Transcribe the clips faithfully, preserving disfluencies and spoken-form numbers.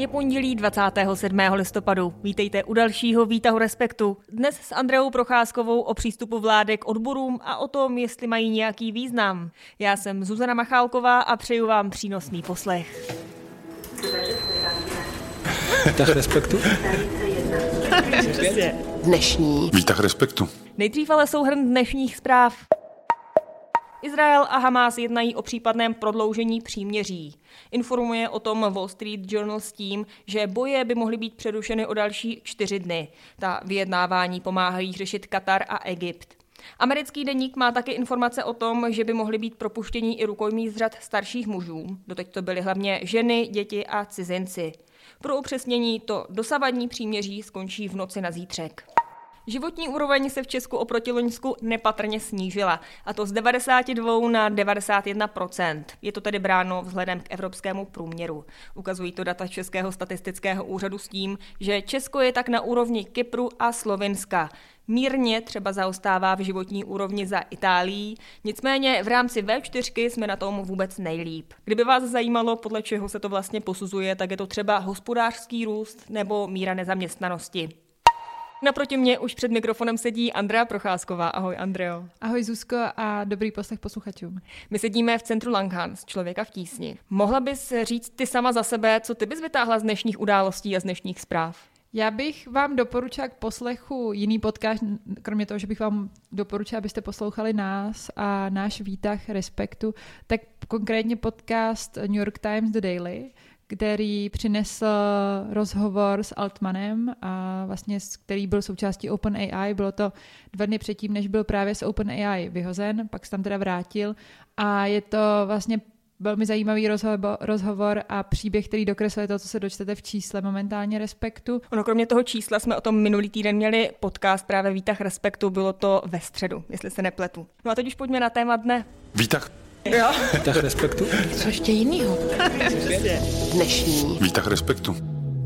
Je pondělí dvacátého sedmého listopadu. Vítejte u dalšího výtahu Respektu. Dnes s Andreou Procházkovou o přístupu vlády k odborům a o tom, jestli mají nějaký význam. Já jsem Zuzana Machálková a přeju vám přínosný poslech. Výtah Respektu? Dnešní Výtah Respektu. Nejdřív ale souhrn dnešních zpráv. Izrael a Hamás jednají o případném prodloužení příměří. Informuje o tom Wall Street Journal s tím, že boje by mohly být přerušeny o další čtyři dny. Ta vyjednávání pomáhají řešit Katar a Egypt. Americký deník má také informace o tom, že by mohly být propuštění i rukojmí z řad starších mužů. Doteď to byly hlavně ženy, děti a cizinci. Pro upřesnění to dosavadní příměří skončí v noci na zítřek. Životní úroveň se v Česku oproti loňsku nepatrně snížila, a to z devadesát dva na devadesát jedna procent. Je to tedy bráno vzhledem k evropskému průměru. Ukazují to data Českého statistického úřadu s tím, že Česko je tak na úrovni Kypru a Slovinska. Mírně třeba zaostává v životní úrovni za Itálií, nicméně v rámci vé čtyři jsme na tom vůbec nejlíp. Kdyby vás zajímalo, podle čeho se to vlastně posuzuje, tak je to třeba hospodářský růst nebo míra nezaměstnanosti. Naproti mě už před mikrofonem sedí Andrea Procházková. Ahoj, Andreo. Ahoj, Zuzko, a dobrý poslech posluchačům. My sedíme v centru Langhans, Člověka v tísni. Mohla bys říct ty sama za sebe, co ty bys vytáhla z dnešních událostí a z dnešních zpráv? Já bych vám doporučila k poslechu jiný podcast, kromě toho, že bych vám doporučila, abyste poslouchali nás a náš výtah Respektu, tak konkrétně podcast New York Times The Daily, který přinesl rozhovor s Altmanem, a vlastně, který byl součástí OpenAI. Bylo to dva dny předtím, než byl právě z OpenAI vyhozen, pak se tam teda vrátil, a je to vlastně velmi zajímavý rozhovor, rozhovor a příběh, který dokresluje to, co se dočtete v čísle momentálně Respektu. Ono, kromě toho čísla jsme o tom minulý týden měli podcast právě Výtah Respektu, bylo to ve středu, jestli se nepletu. No a teď už pojďme na téma dne. Výtah. Jo. Výtah Respektu? Co ještě jinýho? Dnešní Výtah Respektu.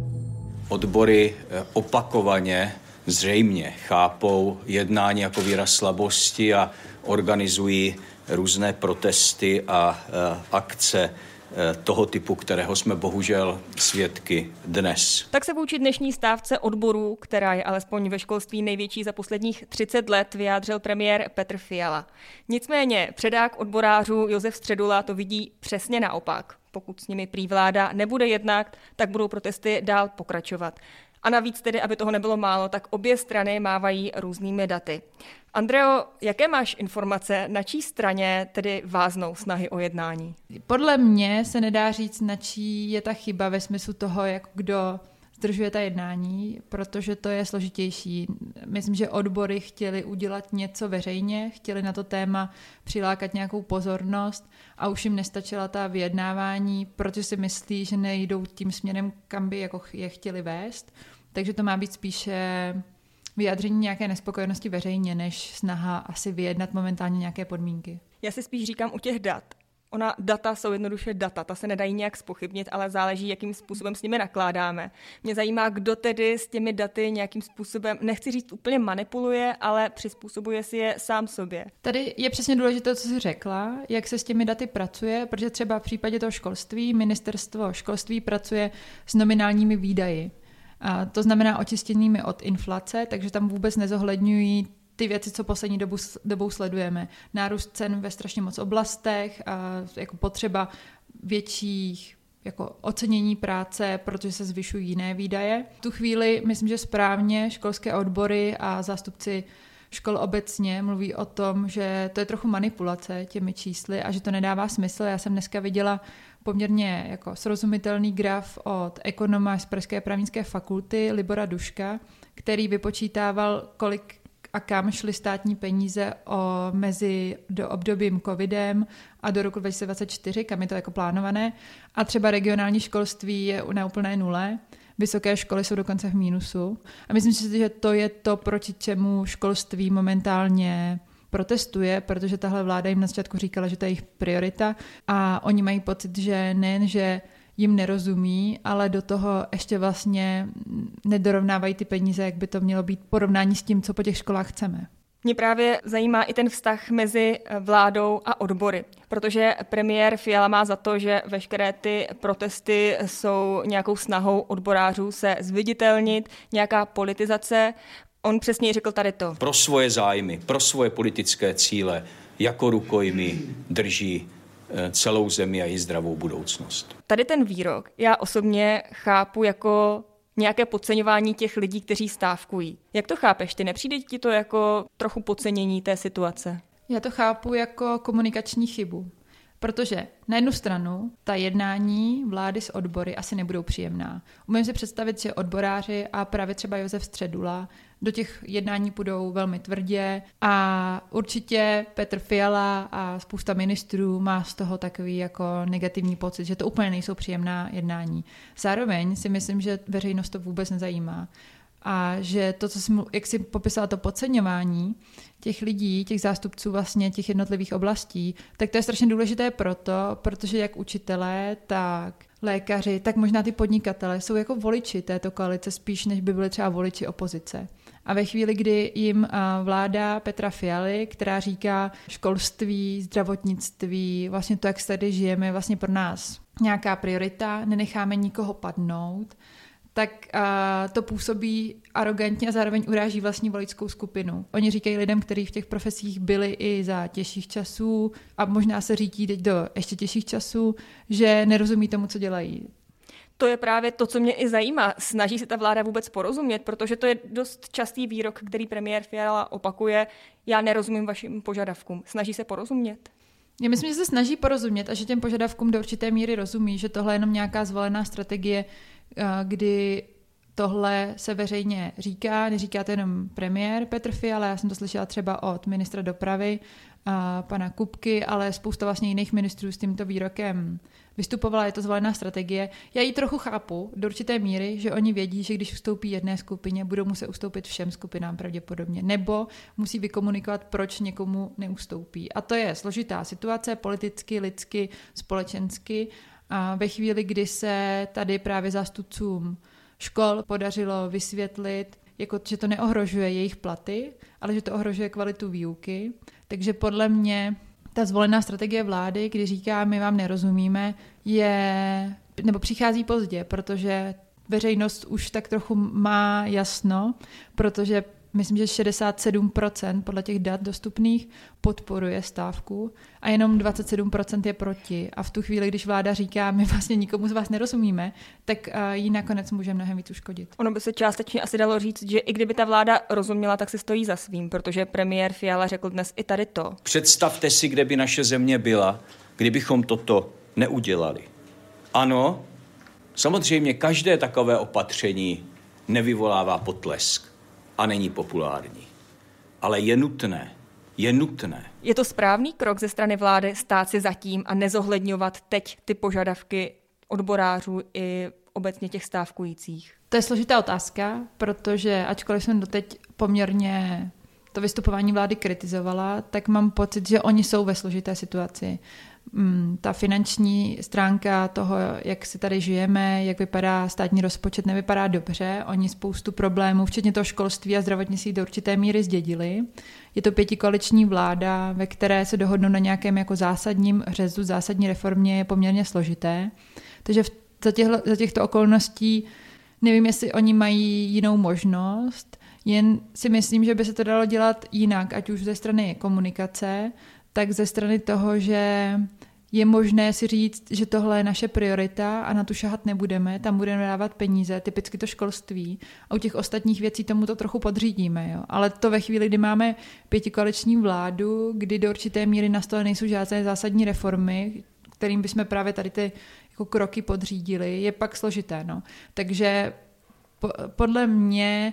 Odbory opakovaně zřejmě chápou jednání jako výraz slabosti a organizují různé protesty a akce toho typu, kterého jsme bohužel svědky dnes. Tak se vůči dnešní stávce odborů, která je alespoň ve školství největší za posledních třicet let, vyjádřil premiér Petr Fiala. Nicméně předák odborářů Josef Středula to vidí přesně naopak. Pokud s nimi prý vláda nebude jednat, tak budou protesty dál pokračovat. A navíc tedy, aby toho nebylo málo, tak obě strany mávají různými daty. Andreo, jaké máš informace, na čí straně tedy váznou snahy o jednání? Podle mě se nedá říct, na čí je ta chyba ve smyslu toho, jak kdo zdržuje ta jednání, protože to je složitější. Myslím, že odbory chtěli udělat něco veřejně, chtěli na to téma přilákat nějakou pozornost a už jim nestačila ta vyjednávání, protože si myslí, že nejdou tím směrem, kam by jako je chtěli vést. Takže to má být spíše vyjádření nějaké nespokojenosti veřejně, než snaha asi vyjednat momentálně nějaké podmínky. Já si spíš říkám u těch dat. Ona data jsou jednoduše data, ta se nedají nějak zpochybnit, ale záleží, jakým způsobem s nimi nakládáme. Mě zajímá, kdo tedy s těmi daty nějakým způsobem, nechci říct úplně manipuluje, ale přizpůsobuje si je sám sobě. Tady je přesně důležité, co jsi řekla, jak se s těmi daty pracuje, protože třeba v případě toho školství, ministerstvo školství pracuje s nominálními výdaji. A to znamená očištěnými od inflace, takže tam vůbec nezohledňují ty věci, co poslední dobu, dobou sledujeme. Nárůst cen ve strašně moc oblastech, a jako potřeba větších jako ocenění práce, protože se zvyšují jiné výdaje. V tu chvíli myslím, že správně školské odbory a zástupci škol obecně mluví o tom, že to je trochu manipulace těmi čísly a že to nedává smysl. Já jsem dneska viděla poměrně jako srozumitelný graf od ekonoma z Pražské právnické fakulty Libora Duška, který vypočítával, kolik a kam šly státní peníze o, mezi do obdobím covidem a do roku dva tisíce dvacet čtyři, kam je to jako plánované. A třeba regionální školství je na úplné nule, vysoké školy jsou dokonce v mínusu. A myslím si, že to je to, proti čemu školství momentálně protestuje, protože tahle vláda jim na začátku říkala, že to je jejich priorita a oni mají pocit, že nejen, že jim nerozumí, ale do toho ještě vlastně nedorovnávají ty peníze, jak by to mělo být porovnání s tím, co po těch školách chceme. Mě právě zajímá i ten vztah mezi vládou a odbory, protože premiér Fiala má za to, že veškeré ty protesty jsou nějakou snahou odborářů se zviditelnit, nějaká politizace. On přesně řekl tady to. Pro svoje zájmy, pro svoje politické cíle jako rukojmí drží celou zemi a její zdravou budoucnost. Tady ten výrok já osobně chápu jako nějaké podceňování těch lidí, kteří stávkují. Jak to chápeš? Ty nepřijde ti to jako trochu podcenění té situace? Já to chápu jako komunikační chybu, protože na jednu stranu ta jednání vlády s odbory asi nebudou příjemná. Umím si představit, že odboráři a právě třeba Josef Středula do těch jednání půjdou velmi tvrdě a určitě Petr Fiala a spousta ministrů má z toho takový jako negativní pocit, že to úplně nejsou příjemná jednání. Zároveň si myslím, že veřejnost to vůbec nezajímá. A že to, co jsi, jak jsi popisala to podceňování těch lidí, těch zástupců vlastně těch jednotlivých oblastí, tak to je strašně důležité proto, protože jak učitelé, tak lékaři, tak možná ty podnikatelé jsou jako voliči této koalice spíš, než by byli třeba voliči opozice. A ve chvíli, kdy jim vláda Petra Fialy, která říká školství, zdravotnictví, vlastně to, jak se tady žijeme, vlastně pro nás nějaká priorita, nenecháme nikoho padnout, tak uh, to působí arogantně a zároveň uráží vlastní voličskou skupinu. Oni říkají lidem, kteří v těch profesích byli i za těžších časů a možná se řítí teď do ještě těžších časů, že nerozumí tomu, co dělají. To je právě to, co mě i zajímá. Snaží se ta vláda vůbec porozumět, protože to je dost častý výrok, který premiér Fiala opakuje. Já nerozumím vašim požadavkům. Snaží se porozumět? Já myslím, že se snaží porozumět a že těm požadavkům do určité míry rozumí, že tohle je jenom nějaká zvolená strategie, kdy tohle se veřejně říká, neříká to jenom premiér Petr Fiala, já jsem to slyšela třeba od ministra dopravy, pana Kupky, ale spousta vlastně jiných ministrů s tímto výrokem vystupovala, je to zvolená strategie. Já ji trochu chápu do určité míry, že oni vědí, že když ustoupí jedné skupině, budou muset ustoupit všem skupinám pravděpodobně, nebo musí vykomunikovat, proč někomu neustoupí. A to je složitá situace politicky, lidsky, společensky. A ve chvíli, kdy se tady právě zástupcům škol podařilo vysvětlit, jako, že to neohrožuje jejich platy, ale že to ohrožuje kvalitu výuky. Takže podle mě ta zvolená strategie vlády, kdy říká, my vám nerozumíme, je, nebo přichází pozdě, protože veřejnost už tak trochu má jasno, protože myslím, že šedesát sedm procent podle těch dat dostupných podporuje stávku a jenom dvacet sedm procent je proti. A v tu chvíli, když vláda říká, my vlastně nikomu z vás nerozumíme, tak jí nakonec může mnohem víc uškodit. Ono by se částečně asi dalo říct, že i kdyby ta vláda rozuměla, tak si stojí za svým, protože premiér Fiala řekl dnes i tady to. Představte si, kde by naše země byla, kdybychom toto neudělali. Ano, samozřejmě každé takové opatření nevyvolává potlesk a není populární. Ale je nutné, je nutné. Je to správný krok ze strany vlády stát si zatím a nezohledňovat teď ty požadavky odborářů i obecně těch stávkujících? To je složitá otázka, protože ačkoliv jsem doteď poměrně to vystupování vlády kritizovala, tak mám pocit, že oni jsou ve složité situaci. Ta finanční stránka toho, jak si tady žijeme, jak vypadá státní rozpočet, nevypadá dobře. Oni spoustu problémů, včetně toho školství a zdravotnictví, do určité míry zdědili. Je to pětikoaliční vláda, ve které se dohodnou na nějakém jako zásadním řezu, zásadní reformě, je poměrně složité. Takže v, za, těchto, za těchto okolností nevím, jestli oni mají jinou možnost, jen si myslím, že by se to dalo dělat jinak, ať už ze strany komunikace, tak ze strany toho, že je možné si říct, že tohle je naše priorita a na tu šahat nebudeme, tam budeme dávat peníze, typicky to školství a u těch ostatních věcí tomu to trochu podřídíme. Jo. Ale to ve chvíli, kdy máme pětikoaliční vládu, kdy do určité míry na stole nejsou žádné zásadní reformy, kterým bychom právě tady ty jako kroky podřídili, je pak složité. No. Takže po, podle mě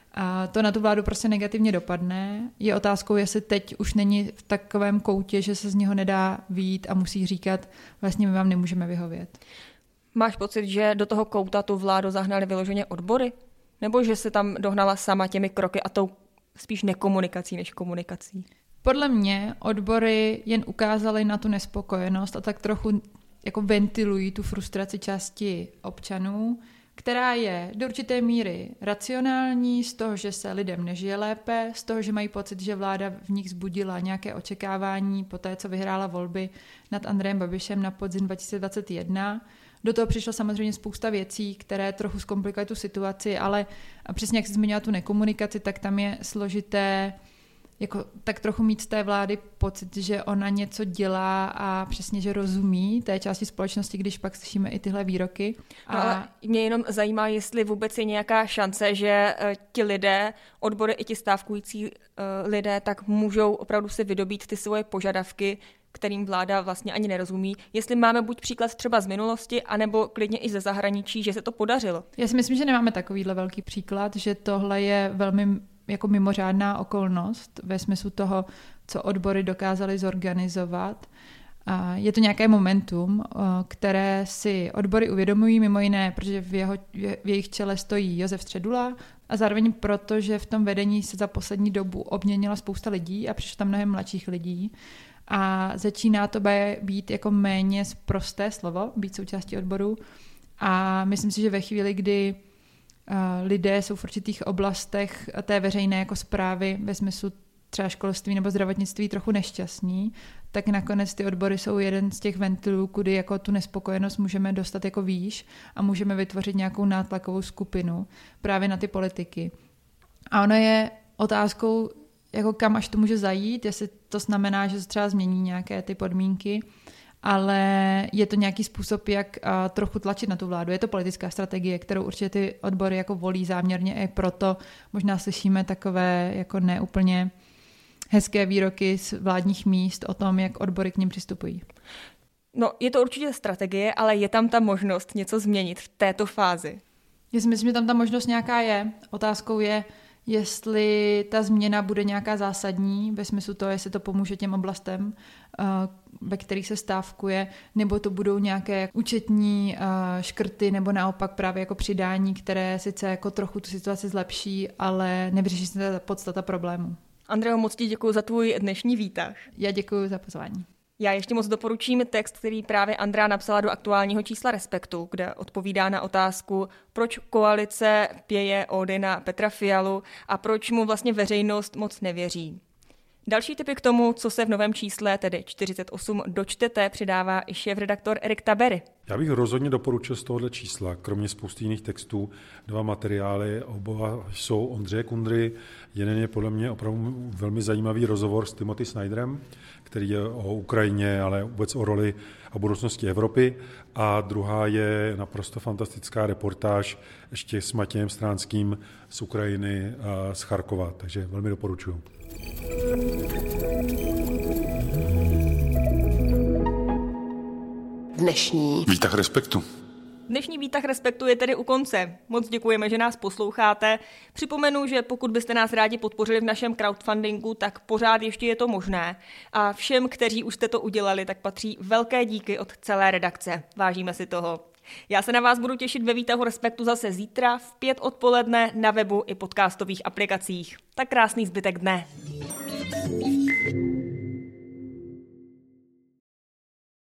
a to na tu vládu prostě negativně dopadne. Je otázkou, jestli teď už není v takovém koutě, že se z něho nedá vyjít a musí říkat, vlastně my vám nemůžeme vyhovět. Máš pocit, že do toho kouta tu vládu zahnali vyloženě odbory? Nebo že se tam dohnala sama těmi kroky a tou spíš nekomunikací než komunikací? Podle mě odbory jen ukázaly na tu nespokojenost a tak trochu jako ventilují tu frustraci části občanů, která je do určité míry racionální, z toho, že se lidem nežije lépe, z toho, že mají pocit, že vláda v nich vzbudila nějaké očekávání po té, co vyhrála volby nad Andrejem Babišem na podzim dva tisíce dvacet jedna. Do toho přišlo samozřejmě spousta věcí, které trochu zkomplikují tu situaci, ale přesně jak jsi zmínila tu nekomunikaci, tak tam je složité jako tak trochu mít z té vlády pocit, že ona něco dělá a přesně, že rozumí té části společnosti, když pak slyšíme i tyhle výroky. A... No ale mě jenom zajímá, jestli vůbec je nějaká šance, že uh, ti lidé, odbory i ti stávkující uh, lidé, tak můžou opravdu si vydobít ty svoje požadavky, kterým vláda vlastně ani nerozumí. Jestli máme buď příklad třeba z minulosti, anebo klidně i ze zahraničí, že se to podařilo. Já si myslím, že nemáme takovýhle velký příklad, že tohle je velmi jako mimořádná okolnost ve smyslu toho, co odbory dokázaly zorganizovat. A je to nějaké momentum, které si odbory uvědomují, mimo jiné, protože v, jeho, v jejich čele stojí Josef Středula a zároveň proto, že v tom vedení se za poslední dobu obměnila spousta lidí a přišlo tam mnohem mladších lidí. A začíná to být jako méně prosté slovo, být součástí odboru. A myslím si, že ve chvíli, kdy lidé jsou v určitých oblastech té veřejné jako správy ve smyslu třeba školství nebo zdravotnictví trochu nešťastní, tak nakonec ty odbory jsou jeden z těch ventilů, kudy jako tu nespokojenost můžeme dostat jako výš a můžeme vytvořit nějakou nátlakovou skupinu právě na ty politiky. A ono je otázkou, jako kam až to může zajít, jestli to znamená, že se třeba změní nějaké ty podmínky, ale je to nějaký způsob, jak uh, trochu tlačit na tu vládu. Je to politická strategie, kterou určitě ty odbory jako volí záměrně, a proto možná slyšíme takové jako neúplně hezké výroky z vládních míst o tom, jak odbory k nim přistupují. No, je to určitě strategie, ale je tam ta možnost něco změnit v této fázi? Já si myslím, že tam ta možnost nějaká je. Otázkou je, jestli ta změna bude nějaká zásadní, ve smyslu toho, jestli to pomůže těm oblastem, ve kterých se stávkuje, nebo to budou nějaké účetní škrty, nebo naopak právě jako přidání, které sice jako trochu tu situaci zlepší, ale nevyřeší se ta podstata problému. Andreo, moc ti děkuji za tvůj dnešní výtah. Já děkuji za pozvání. Já ještě moc doporučím text, který právě Andrea napsala do aktuálního čísla Respektu, kde odpovídá na otázku, proč koalice pěje ódy na Petra Fialu a proč mu vlastně veřejnost moc nevěří. Další tipy k tomu, co se v novém čísle, tedy čtyřicet osm, dočtete, přidává i šéfredaktor Erik Tabery. Já bych rozhodně doporučil z tohohle čísla, kromě spousty jiných textů, dva materiály. Oba jsou Ondřeje Kundry. Jeden je podle mě opravdu velmi zajímavý rozhovor s Timothy Snyderem, který je o Ukrajině, ale vůbec o roli a budoucnosti Evropy. A druhá je naprosto fantastická reportáž ještě s Matějem Stránským z Ukrajiny a z Charkova. Takže velmi doporučuji. Dnešní výtah Respektu. Dnešní výtah Respektu je tedy u konce. Moc děkujeme, že nás posloucháte. Připomenu, že pokud byste nás rádi podpořili v našem crowdfundingu, tak pořád ještě je to možné. A všem, kteří už jste to udělali, tak patří velké díky od celé redakce. Vážíme si toho. Já se na vás budu těšit ve výtahu Respektu zase zítra v pět odpoledne na webu i podcastových aplikacích. Tak krásný zbytek dne.